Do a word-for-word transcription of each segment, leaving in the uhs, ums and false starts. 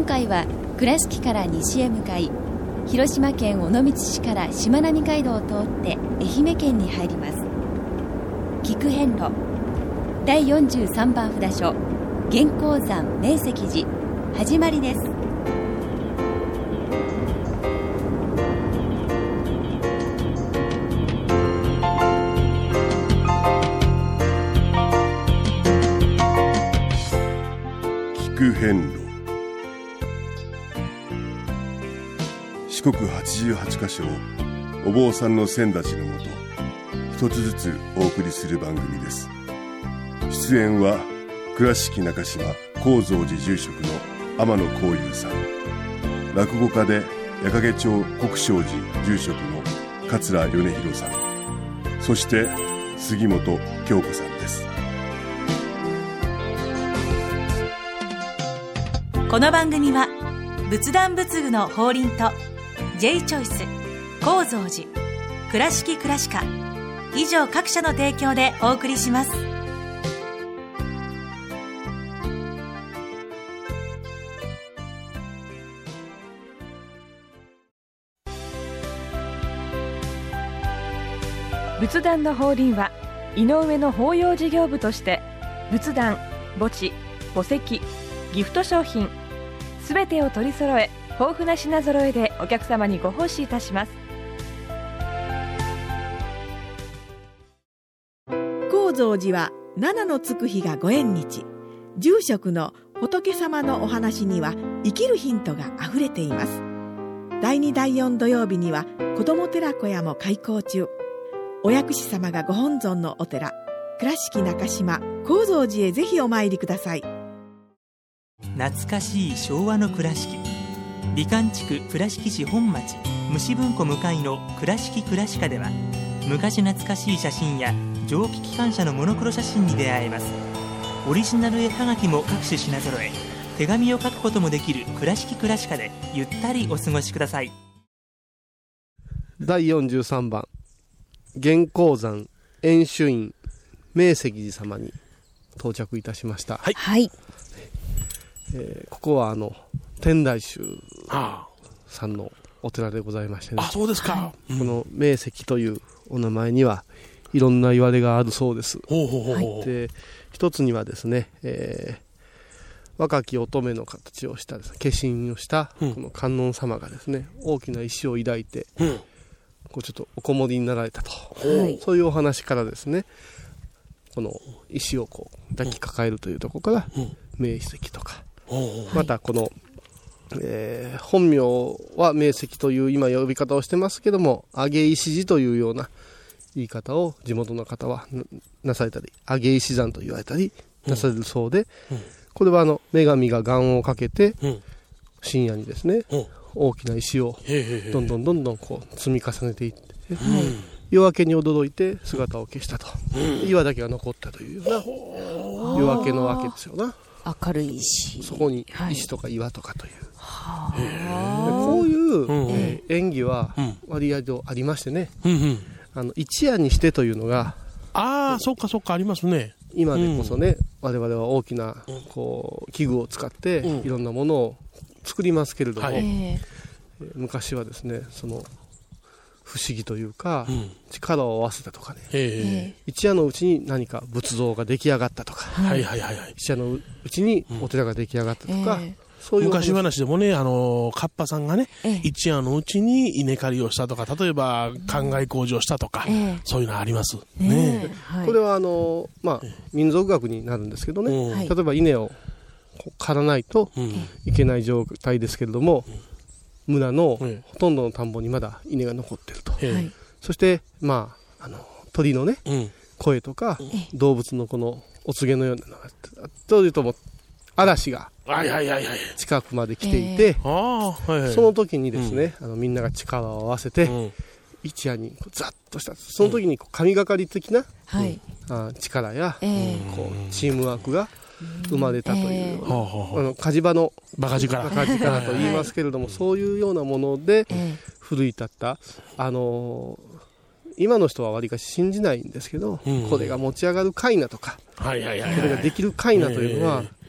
今回は倉敷から西へ向かい、広島県尾道市からしまなみ海道を通って愛媛県に入ります。菊遍路だいよんじゅうさんばん札所元光山明石寺始まりです。 菊遍路、四国はちじゅうはちカ所をお坊さんの先立ちのもと一つずつお送りする番組です。出演は倉敷中島・高蔵寺住職の天野幸雄さん、落語家で矢掛町国生寺住職の桂米広さん、そして杉本京子さんです。 この番組は仏壇仏具の法輪と J チョイス、高蔵寺、倉敷倉歯科以上各社の提供でお送りします。 仏壇の法輪は井上の法要事業部として仏壇、墓地、墓石、ギフト商品すべてを取り揃え、豊富な品揃えでお客様にご奉仕いたします。 高蔵寺は七のつく日がご縁日。住職の仏様のお話には生きるヒントがあふれています。だいにだいよん土曜日には子ども寺小屋も開校中。お薬師様がご本尊のお寺、倉敷中島・高蔵寺へぜひお参りください。 懐かしい昭和の倉敷、美観地区倉敷市本町虫文庫向かいの倉敷倉歯科では、昔懐かしい写真や蒸気機関車のモノクロ写真に出会えます。オリジナル絵はがきも各種品揃え、手紙を書くこともできる倉敷倉歯科でゆったりお過ごしください。 だいよんじゅうさんばん元光山円珠院明石寺様に到着いたしました。 はい、 はいえー、ここはあの天台宗さんのお寺でございましてね。 あ、そうですか、はい、 この明石というお名前にはいろんな言われがあるそうです。 ほうほうほうほう。 で、一つにはですね、えー、若き乙女の形をしたですね、化身をしたこの観音様がですね、うん、大きな石を抱いて、うん、こうちょっとおこもりになられたと、はい、そういうお話からですね、この石をこう抱きかかえるというところから、うん、明石とか、またこの、えー、本名は明石という今呼び方をしてますけども、上げ石寺というような言い方を地元の方は な, なされたり、上げ石山と言われたりなされるそうで、うんうん、これはあの女神が願をかけて、うん、深夜にですね、うん、大きな石をどんどんどんどんこう積み重ねていって、うん、夜明けに驚いて姿を消したと、うん、岩だけが残ったというような夜明けのわけですよな。 明るい石、 そこに石とか岩とかという、はい、こういう、うんえー、演技は割合とありましてね、うんうん、あの一夜にしてというのが、 ああ、そっかそっか、ありますね。 今でこそね、うん、我々は大きなこう器具を使っていろんなものを作りますけれども、はい、えー、昔はですね、その不思議というか、うん、力を合わせたとかね、えー、一夜のうちに何か仏像が出来上がったとか、はいはいはいはい、一夜のうちにお寺が出来上がったとか、うん、えーそういう昔話でもね、あのカッパさんがね、ええ、一夜のうちに稲刈りをしたとか、例えば灌漑工事をしたとか、え、そういうのあります、 えねはい、これはあの、まあ、民族学になるんですけどね、うん、例えば稲を刈らないといけない状態ですけれども、うん、村のほとんどの田んぼにまだ稲が残っていると、ええ、そして、まあ、あの鳥のね、うん、声とか、うん、動物のこのお告げのようなのがというとも嵐が近くまで来ていて、その時にですね、うん、あのみんなが力を合わせて、うん、一夜にザッとしたその時にこう神がかり的な、うん、あ力や、えー、こうチームワークが生まれたという、えー、あの火事場のバカ力バカ力と言いますけれども、そういうようなもので奮い立った、あのー、今の人はわりかし信じないんですけど、うん、これが持ち上がるかいなとか、はいはいはいはい、これができるかいなというのは、えー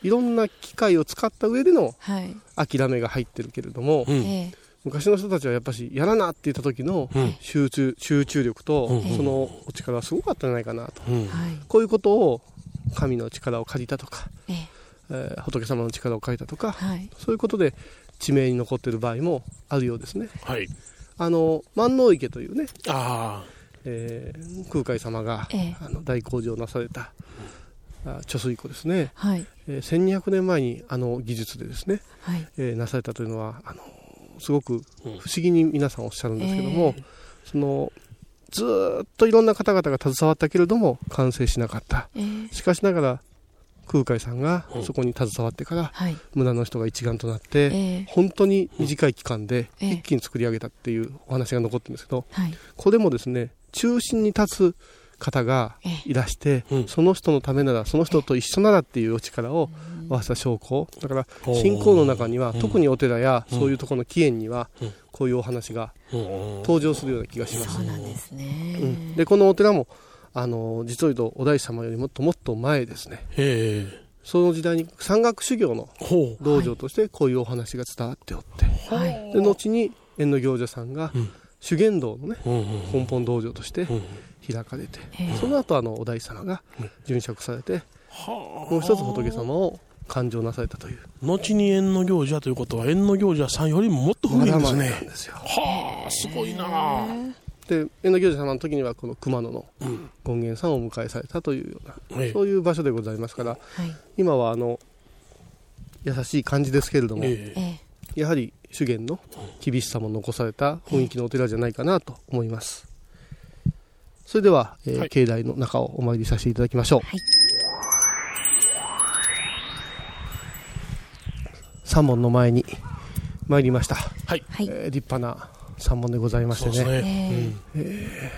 いろんな機械を使った上でのはい諦めが入ってるけれども、 うんええ昔の人たちはやっぱしやらなって言った時の集中、集中力とうんそのお力はすごかったんじゃないかなと、 うんはいこういうことを神の力を借りたとか、 えええー仏様の力を借りたとか、 はいそういうことで地名に残っている場合もあるようですね。 はい。 あの万能池というね、 あえー空海様が、 ええあの大工事をなされたあ貯水湖ですね、 はいえーせんにひゃくねんまえにあの技術でですね、 はいえーなされたというのはあのすごく不思議に皆さんおっしゃるんですけども、 えそのずーっといろんな方々が携わったけれども完成しなかった。 ええしかしながら空海さんがそこに携わってからはい村の人が一丸となって、 ええ本当に短い期間でええ一気に作り上げたっていうお話が残ってるんですけど、 はいこれもですね中心に立つ方がいらして、 うんその人のためならその人と一緒ならっていうお力を合わせた証拠だから信仰の中には、 うん特にお寺やうんそういうところの起源には、 うんこういうお話があ。うん登場するような気がします。 そうなんですね、 うんでこのお寺もあの実を言うとお大師様よりもっともっと前ですね、 へえ。 その時代に山岳修行のほう。 道場としてこういうお話が伝わっておって、 はいで後に縁の行者さんがうん修験道のねうんうん根本道場としてうん開かれて、 ええその後あのお大師様が殉職されて、 はもう一つ仏様を勘定なされたという後に縁の行者ということは縁の行者さんよりももっと古いんですね。 まだまだなんですよ。 はあ、すごいなあ。 で縁の行者様の時にはこの熊野のうん権現さんをお迎えされたというような、 ええそういう場所でございますから、 はい今はあの優しい感じですけれども、 ええええやはり修験の厳しさも残された雰囲気のお寺じゃないかなと思います。それでは、えーはい境内の中をお参りさせていただきましょう。 はい三門の前に参りました。 はい。 はいえー立派な三門でございましてそうですね。 ね。 え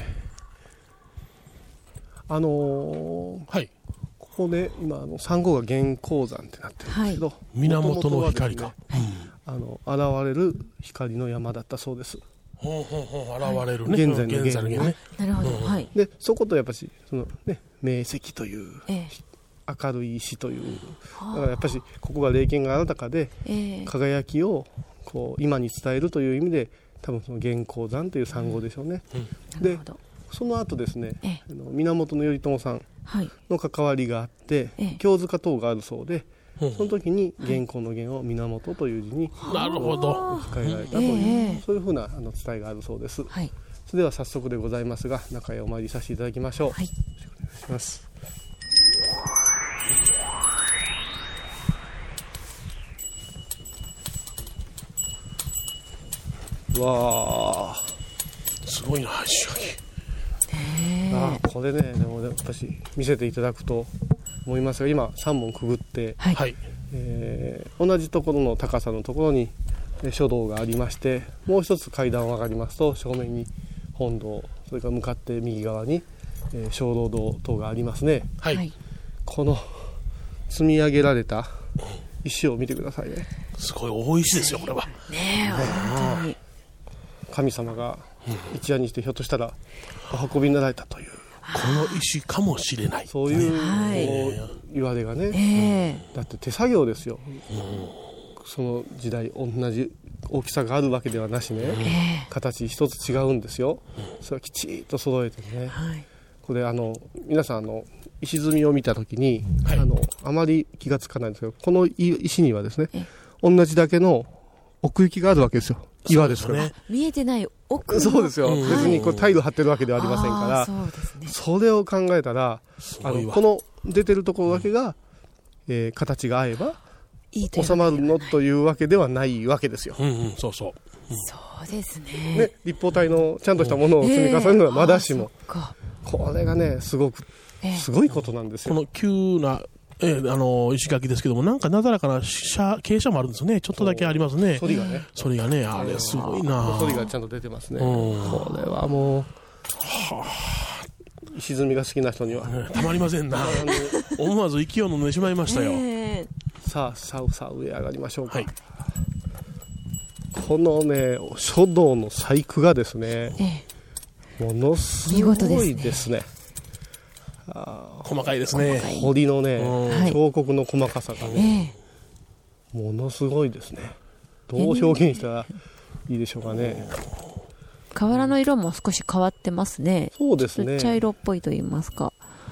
あのーうんはい。 ここで今あの三号が元光山ってなってるんですけど、 源の光か。 元々はですねあの現れる光の山だったそうです。 ほうほうほう、現れるね。 現在の現在のね。 なるほど、 うんはいでそことやっぱしそのね明晰というええ明るい石というだからやっぱしここが霊験があらたかでええ輝きをこう今に伝えるという意味で多分その元光山という産号でしょうね、でなるほどその後ですねええあの源頼朝さんはいの関わりがあってええ経塚等があるそうでうんその時に元光の元を源という字になるほど。 書えられたという、 ええそういうふうなあの伝えがあるそうです。 はいそれでは早速でございますが中へお参りさせていただきましょう、 はいよろしくお願いします。わあすごいな、石垣。 あーこれねでも私見せていただくと思いますが今さん門くぐって、 はいはい。 えー同じところの高さのところにえー書道がありましてもう一つ階段を上がりますと正面に本堂それから向かって右側に、えー鐘楼堂等がありますね。 はい。 はいこの積み上げられた石を見てくださいね。 すごい大石ですよ、これは。 ねえ本当に神様が一夜にしてひょっとしたらお運びになられたというこの石かもしれない。 そういう、 はいこう言われがね、 ええだって手作業ですよ、その時代同じ大きさがあるわけではなしね、 え形一つ違うんですよ、それはきちっと揃えてね、 えはいこれあの皆さんあの石積みを見たときに、 はいあのあまり気がつかないんですけどこの石にはですねえ同じだけの奥行きがあるわけですよ岩ですから。 そうですね。 見えてない奥のそうですよ、 うん別にこうタイル張ってるわけではありませんから、 あーそうですねそれを考えたらあごいわのこの出てるところだけが、えー形が合えばいいという収まるのというわけではないわけですよ、 うんうん、そうそう。 そうですねね、立方体のちゃんとしたものを積み重ねるのはまだしも、 ええあーそっかこれがねすごくええすごいことなんですよ。 この急な、えーあの石垣ですけども、なんかなだらかな斜傾斜もあるんですよね。ちょっとだけありますね。 反りがねそれがね、あれすごいな。 反りがちゃんと出てますね。 うんこれはもう石積みが好きな人にはたまりませんな。思わず息を飲んでしまいましたよ。 ええさあさあさあ上上がりましょうか、 はい。 このね書道の細工がですねええものす見事ですねごいですね。 細かいですね。 彫のね、 はい彫刻の細かさがね、 えものすごいですね。どう表現したらいいでしょうかね。 瓦の色も少し変わってますね。 そうですね。 茶色っぽいと言いますか。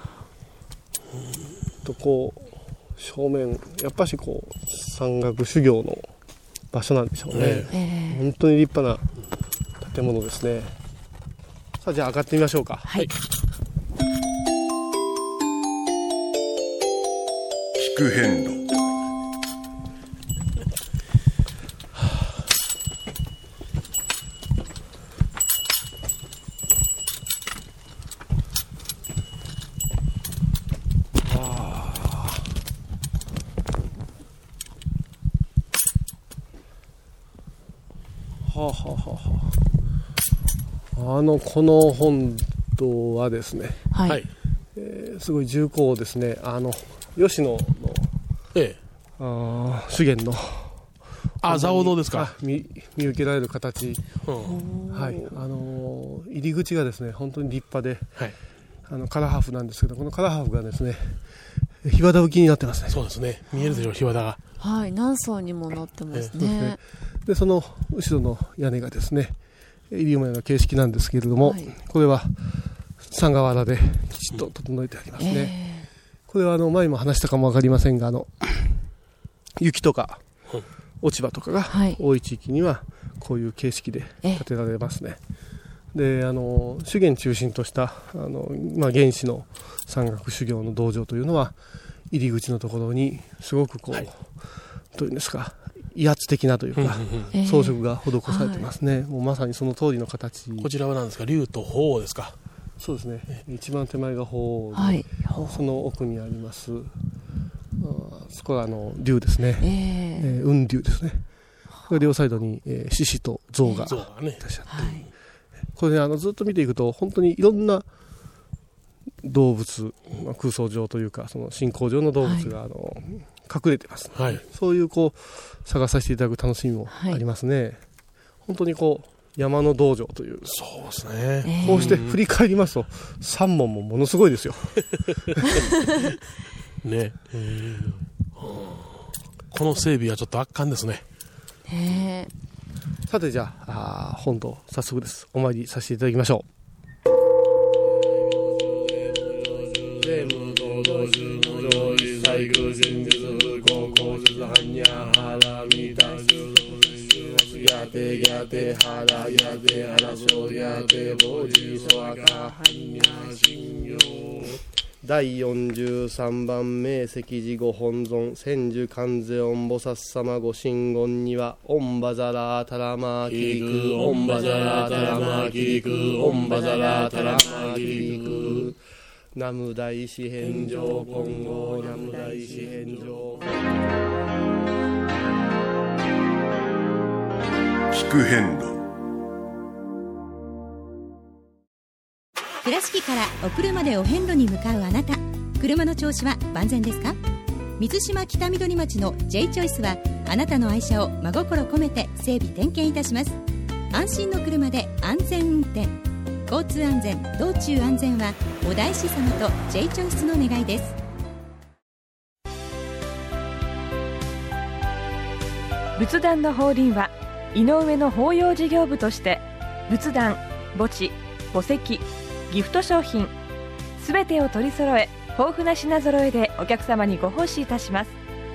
とこう正面やっぱしこう山岳修行の場所なんでしょうね。 え本当に立派な建物ですね。さあじゃあ上がってみましょうか。 はい。 聞く遍路。 はあはあはあはあ、あのこの本堂はですね、 はい、 はい。 えーすごい重厚ですね。あの吉野のええ。 あ修験のあ、蔵王堂ですか。 あ 見, 見受けられる形、 うん。 はい、あのー入り口がですね本当に立派で、 はい。 あのカラハフなんですけど、このカラハフがですね檜皮浮きになってますね。 そうですね。見えるでしょう、檜皮が。 はい、何層にもなってますそうですねね。 でその後ろの屋根がですね入馬の形式なんですけれども、 はい、 これは三河原できちっと整えてありますね。 えこれはあの前も話したかも分かりませんが、あの雪とかうん落ち葉とかがはい多い地域にはこういう形式で建てられますね。であの修験中心としたあの、まあ、原始の山岳修行の道場というのは入り口のところにすごくこう、 はいどういうんですか威圧的なというか、 うんうんうんえ装飾が施されてますね。もうまさにその通りの形。 こちらは何ですか、竜と鳳凰ですか。 そうですね。一番手前が鳳凰で、 はい、 その奥にあります、あそこはあの竜ですね。 ええー雲竜ですね。両サイドに、えー獅子と象がい象がね。 らっしゃって、 はい、 これねあのずっと見ていくと本当にいろんな動物、まあ、空想上というかその信仰上の動物が、あの隠れてます、ね、 はい。 そういうこう探させていただく楽しみもありますね。本当にこう山の道場という、 そうですね。 えーこうして振り返りますとさん門もものすごいですよ。 ね。この整備はちょっと圧巻ですね。 えさてじゃあ、あ本堂早速ですお参りさせていただきましょう。だいよんじゅうさんばん名石寺ご本尊千手観世音菩薩様ご神言にはオンバザラータラマーキリクオンバザラータラマーキリクオンバザラータラマーキリク南無大師返上金剛南無大師返上。 聞く遍路。 倉敷からお車でお遍路に向かうあなた、車の調子は万全ですか？水島北緑町の J チョイスはあなたの愛車を真心込めて整備点検いたします。安心の車で安全運転、交通安全道中安全はお大師様と J チョイスの願いです。 仏壇の法輪は井上の法要事業部として仏壇、墓地、墓石、ギフト商品すべてを取り揃え豊富な品揃えでお客様にご奉仕いたします。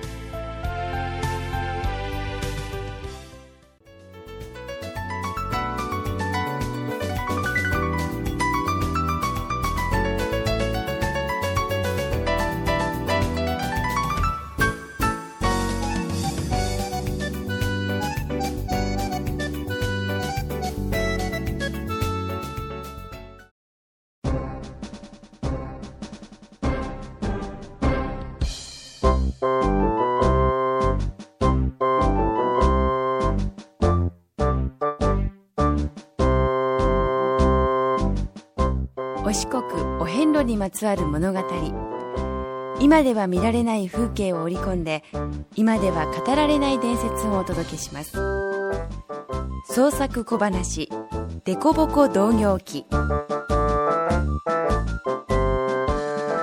お四国お遍路にまつわる物語、今では見られない風景を織り込んで今では語られない伝説をお届けします。創作小話デコボコ同行記。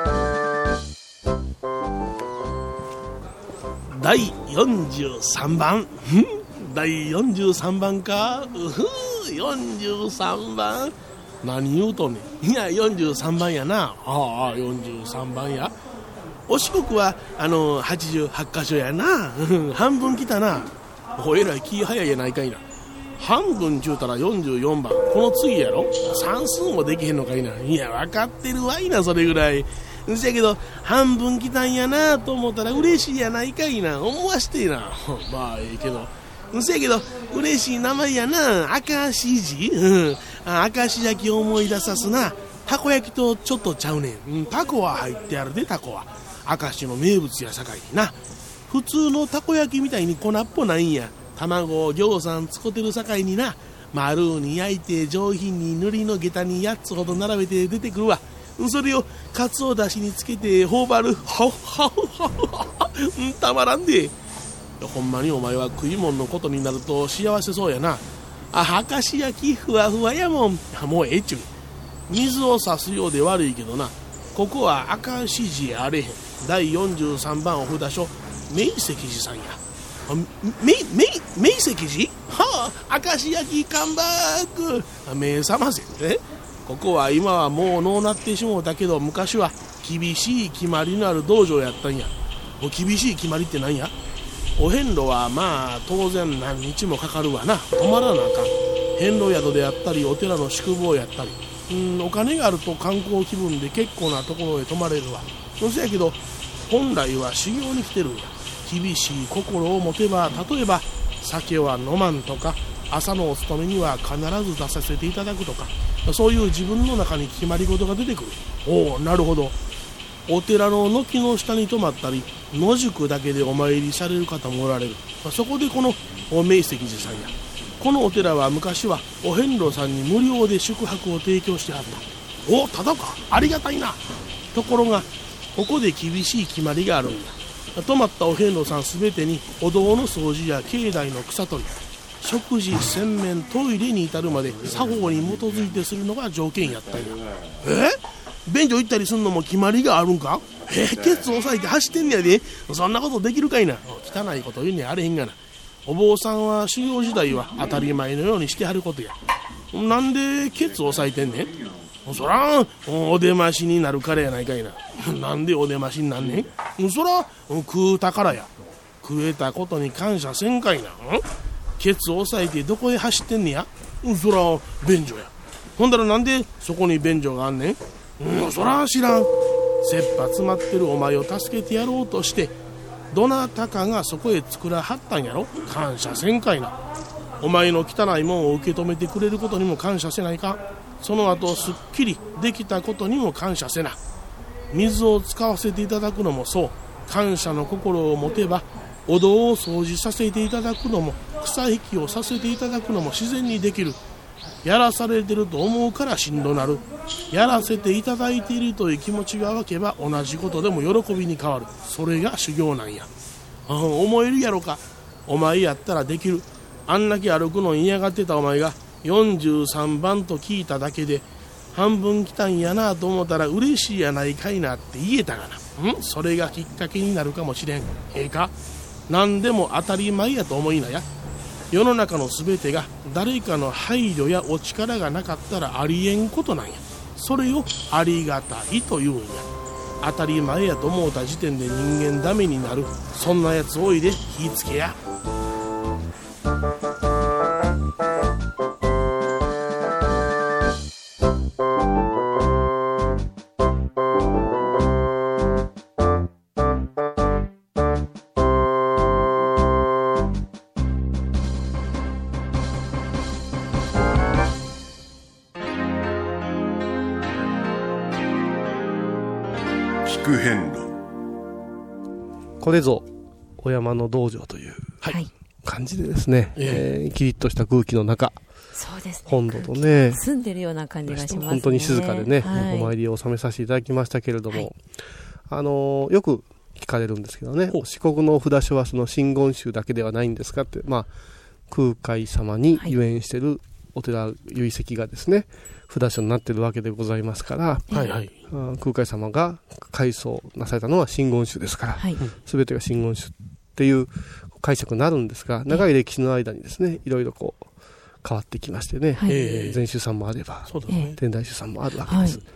だいよんじゅうさんばんだいよんじゅうさんばんかうふよんじゅうさんばん何言うとんねん。いやよんじゅうさんばんやな。ああよんじゅうさんばんや。お四国はあのはちじゅうはちかしょやな半分来たな。おえらい気早いやないかいな。半分ちゅうたらよんじゅうよんばんこの次やろ。算数もできへんのかいな。いや分かってるわいなそれぐらい。せやけど半分来たんやなと思ったら嬉しいやないかいな。思わしてなまあええけどせやけど嬉しい名前やな。明石地、うん、明石焼きを思い出さすな。たこ焼きとちょっとちゃうねん、うん、タコは入ってあるで。タコは明石の名物やさかいな。普通のたこ焼きみたいに粉っぽないんや。卵をぎょうさん使ってるさかいにな。丸に焼いて上品に塗りの下駄にやっつほど並べて出てくるわ。それをかつおだしにつけて頬張る。はっはっはっはたまらんで。ほんまにお前は食い物のことになると幸せそうやな。あ、明石焼きふわふわやもん。もうええっちゅう。水を差すようで悪いけどな。ここは明石市やあれへん。だいよんじゅうさんばんお札所明石寺さんや。めめ明石寺はあ明石焼きカンバック目覚ませ。えここは今はもうのうなってしもうたけど昔は厳しい決まりのある道場やったんや。もう厳しい決まりって何や。お遍路はまあ当然何日もかかるわな。泊まらなあかん。遍路宿であったりお寺の宿坊やったり、うんお金があると観光気分で結構なところへ泊まれるわ。そやけど本来は修行に来てるんや。厳しい心を持てば例えば酒は飲まんとか朝のお勤めには必ず出させていただくとかそういう自分の中に決まり事が出てくる。おおなるほど。お寺の軒の下に泊まったり野宿だけでお参りされる方もおられる。そこでこの明石寺さんや。このお寺は昔はお遍路さんに無料で宿泊を提供してはった。おただかありがたいな。ところがここで厳しい決まりがあるんだ。泊まったお遍路さんすべてにお堂の掃除や境内の草取り食事洗面トイレに至るまで作法に基づいてするのが条件やったんや。え便所行ったりするのも決まりがあるんか。えケツ押さえて走ってんねやで。そんなことできるかいな。汚いこと言うにあれへんがな。お坊さんは修行時代は当たり前のようにしてはることや。なんでケツ押さえてんねん。そらお出ましになるからやないかいな。なんでお出ましになんねん。そら食うたからや。食えたことに感謝せんかいな。ケツ押さえてどこへ走ってんねや。そら便所や。ほんだらなんでそこに便所があんねん。うん、そら知らん。切羽詰まってるお前を助けてやろうとしてどなたかがそこへ作らはったんやろ。感謝せんかいな。お前の汚いもんを受け止めてくれることにも感謝せないか。その後すっきりできたことにも感謝せな。水を使わせていただくのもそう。感謝の心を持てばお堂を掃除させていただくのも草引きをさせていただくのも自然にできる。やらされてると思うからしんどなる。やらせていただいているという気持ちが湧けば同じことでも喜びに変わる。それが修行なんや。あ思えるやろか。お前やったらできる。あんだけ歩くの嫌がってたお前がよんじゅうさんばんと聞いただけで半分来たんやなと思ったら嬉しいやないかいなって言えたがな。んそれがきっかけになるかもしれん。ええか。何でも当たり前やと思いなや。世の中のすべてが誰かの配慮やお力がなかったらありえんことなんや。それをありがたいというんや。当たり前やと思った時点で人間ダメになる。そんなやつ多いで気ぃつけや。 聞く遍路。 これぞお山の道場という感じでですね、はいえー、キリッとした空気の中、 そうですね、 本土とね住んでるような感じがしますね。 本当に静かでね、はい、お参りを収めさせていただきましたけれども、はい、あのー、よく聞かれるんですけどね、四国のお札所はその真言宗だけではないんですかって、まあ、空海様に遊園してるお寺由跡がですね札所になってるわけでございますから、はいはい、空海様が開創なされたのは真言宗ですから、はい、全てが真言宗っていう解釈になるんですが、長い歴史の間にですねいろいろこう変わってきましてね、はい、禅宗さんもあれば、ね、天台宗さんもあるわけです、はい、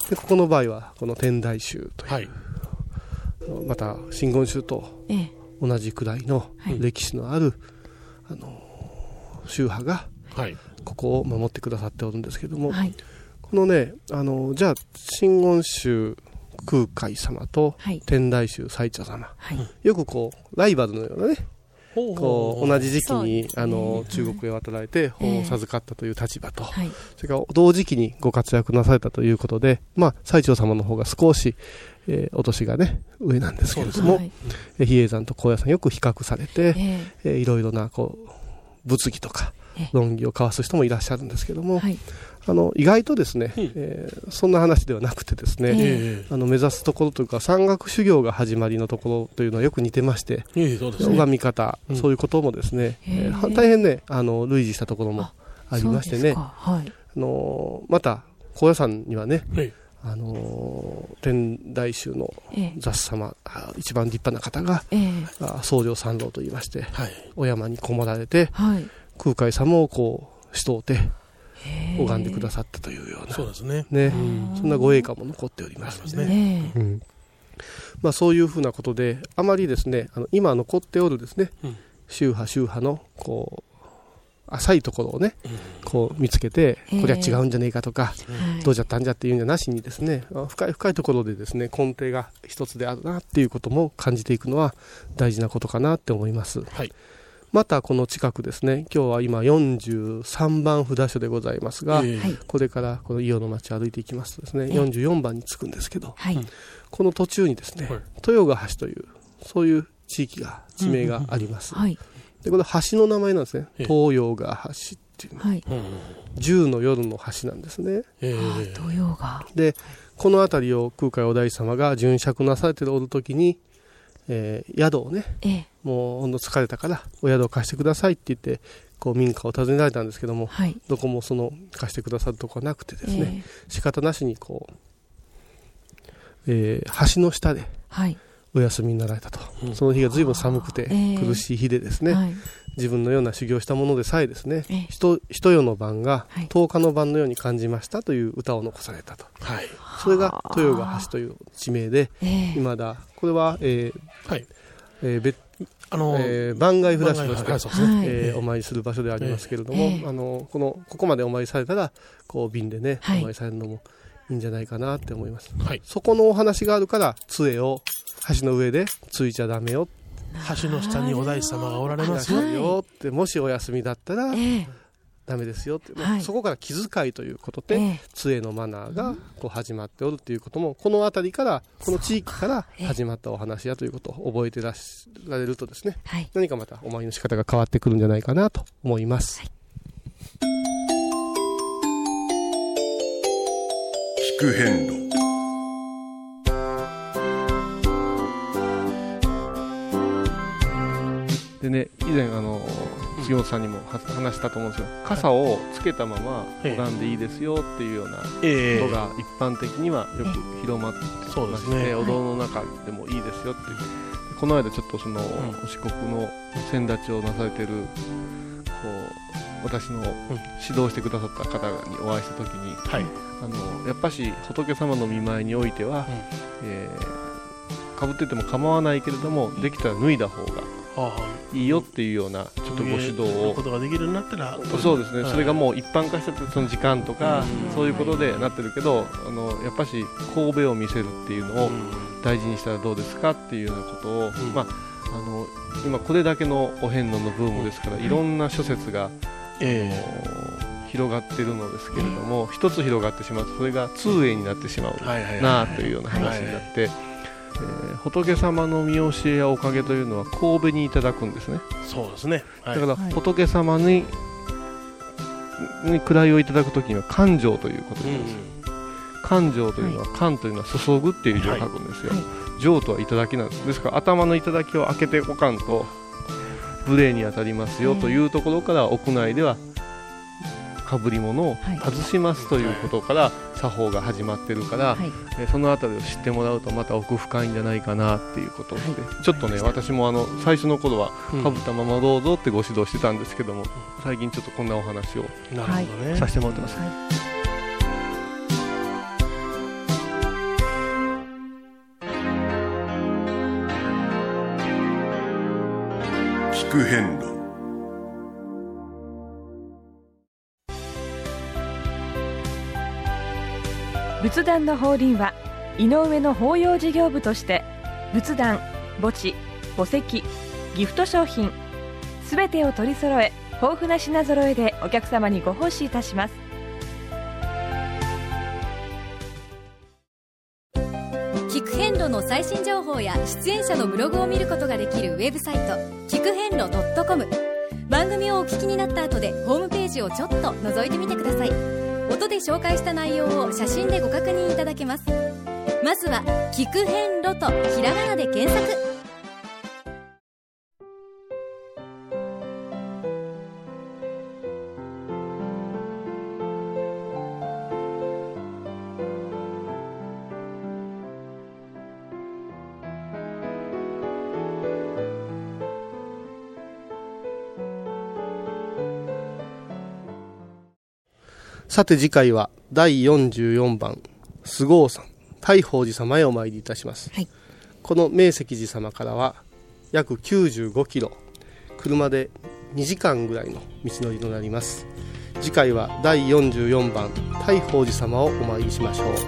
でここの場合はこの天台宗という、はい、また真言宗と同じくらいの歴史のある、あの宗派がここを守ってくださっておるんですけども、はい、このねあのじゃあ真言宗空海様と天台宗最澄様、はい、よくこうライバルのようなねこう同じ時期に、ね、あの中国へ渡られて法を授かったという立場と、えー、それから同時期にご活躍なされたということで、まあ、最澄様の方が少し、えー、お年がね上なんですけれども、はい、比叡山と高野山よく比較されて、えーえー、いろいろなこう物議とか論議を交わす人もいらっしゃるんですけども、はい、あの意外とですね、うんえー、そんな話ではなくてですね、えー、あの目指すところというか山岳修行が始まりのところというのはよく似てまして、えーそうですね、拝み方、うん、そういうこともですね、えー、大変ねあの類似したところもありましてね、はい、あのまた高野山にはね、えーあのー、天台宗の雑様、えー、一番立派な方が、えー、僧侶三郎といいまして、はい、お山にこもられて、はい、空海様をこうしとうて拝んでくださったというようなそうですね、ね、そんなご栄華も残っておりますね、うんまあ、そういうふうなことであまりですねあの今残っておるですね、うん、宗派宗派のこう浅いところをね、うん、こう見つけてこれは違うんじゃねえかとか、えー、どうじゃったんじゃっていうんじゃなしにですね深い深いところでですね根底が一つであるなっていうことも感じていくのは大事なことかなって思います、はい、またこの近くですね今日は今よんじゅうさんばん札所でございますが、えー、これからこの伊予の町を歩いていきますとですね、えー、よんじゅうよんばんに着くんですけど、はい、この途中にですね、はい、豊ヶ橋というそういう地域が地名があります、うんうんはいでこれ橋の名前なんですね。東洋が橋っていう、はい、十の夜の橋なんですね。えー、東洋がでこの辺りを空海お大師様が巡釈なされておるときに、えー、宿をね、えー、もうほんと疲れたからお宿を貸してくださいって言ってこう民家を訪ねられたんですけども、はい、どこもその貸してくださるとこはなくてですね、えー、仕方なしにこう、えー、橋の下で、はいお休みになられたと、うん、その日が随分寒くて苦しい日でですね、えーはい、自分のような修行したものでさえですね、えー、ひと一夜の晩が十日の晩のように感じましたという歌を残されたと、はい、それが豊ヶ橋という地名で、えー、未だこれは、えーはいえー別あのーえー、番外札所として、ねえー、お参りする場所でありますけれども、えー、あのこのここまでお参りされたらこう便でね、はい、お参りされるのもいいんじゃないかなって思います、はい、そこのお話があるから杖を橋の上でついちゃダメよ橋の下にお大師様がおられますよってもしお休みだったら、えー、ダメですよって、はい、そこから気遣いということで、えー、杖のマナーがこう始まっておるということもこの辺りからこの地域から始まったお話やということを覚えてられるとですね、はい、何かまたお参りの仕方が変わってくるんじゃないかなと思います、はい、 聞く遍路でね、以前あの杉本さんにも話したと思うんですよ、傘をつけたまま拝んでいいですよっていうようなことが一般的にはよく広まってまして、お堂の中でもいいですよっていう、この間ちょっとその四国の先立ちをなされてるこう私の指導してくださった方にお会いした時に、はい、あのやっぱし仏様の見舞いにおいては、うんえー、かぶってても構わないけれどもできたら脱いだ方がいいよっていうようなちょっとご指導をことができるようになったらそうですね、はい、それがもう一般化しちゃってその時間とかそういうことでなってるけど、あのやっぱし神戸を見せるっていうのを大事にしたらどうですかっていうようなことを、うんまあ、あの今これだけのお遍路のブームですから、うん、いろんな諸説が、えー、広がってるのですけれども、一つ広がってしまうとそれが通営になってしまうなというような話になって、えー、仏様の見教えやおかげというのは神戸にいただくんですね。 そうですね、 はい、だから仏様に、に位をいただくときには勘定ということです、うん、勘定というのは、はい、勘というのは注ぐっていう字を書くんですよ、はいはい、定とはいただきなんです。ですから頭のいただきを開けておかんと無礼に当たりますよというところから屋内ではかぶり物を外しますということから作法が始まってるから、はい、えそのあたりを知ってもらうとまた奥深いんじゃないかなっていうことで、はい、ちょっとね私もあの最初の頃はかぶったままどうぞってご指導してたんですけども、うん、最近ちょっとこんなお話をさせてもらってます、はいはい、聞く遍路。 仏壇の法輪は井上の法要事業部として仏壇、墓地、墓石、ギフト商品すべてを取り揃え豊富な品揃えでお客様にご奉仕いたします。 聞く遍路の最新情報や出演者のブログを見ることができるウェブサイト聞く遍路 .com。 番組をお聞きになった後でホームページをちょっと覗いてみてください。音で紹介した内容を写真でご確認いただけます。まずは聞く遍路とひらがなで検索。 さて次回はだいよんじゅうよんばん菅生山大宝寺様へお参りいたします、はい、この明石寺様からは約きゅうじゅうごキロ、車でにじかんぐらいの道のりとなります。次回はだいよんじゅうよんばん大宝寺様をお参りしましょう。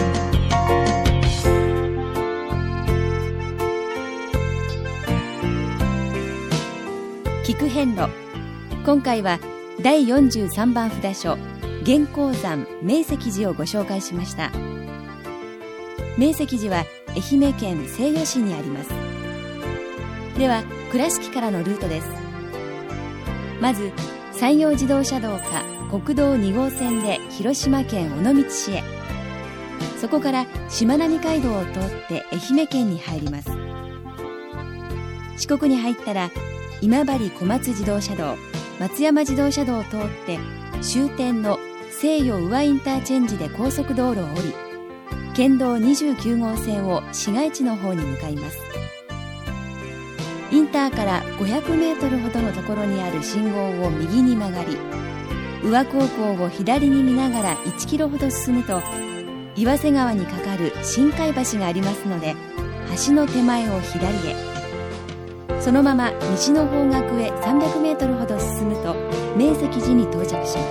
聞く遍路、今回はだいよんじゅうさんばん札所元光山明石寺をご紹介しました。明石寺は愛媛県西予市にあります。では倉敷からのルートです。まず山陽自動車道か国道に号線で広島県尾道市へ、そこからしまなみ海道を通って愛媛県に入ります。四国に入ったら今治小松自動車道、松山自動車道を通って終点の西予宇和インターチェンジで高速道路を降り、県道にじゅうきゅう号線を市街地の方に向かいます。インターからごひゃくメートルほどのところにある信号を右に曲がり、宇和高校を左に見ながらいちキロほど進むと岩瀬川に架かる新海橋がありますので、橋の手前を左へ、そのまま西の方角へさんびゃくメートルほど進むと明石寺に到着します。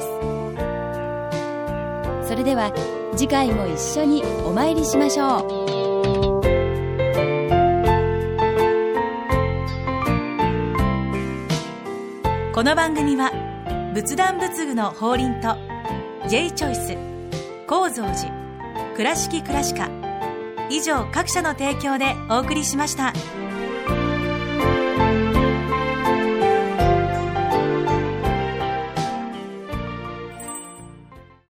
それでは次回も一緒にお参りしましょう。 この番組は仏壇仏具の法輪と J チョイス、高蔵寺、倉敷倉歯科以上各社の提供でお送りしました。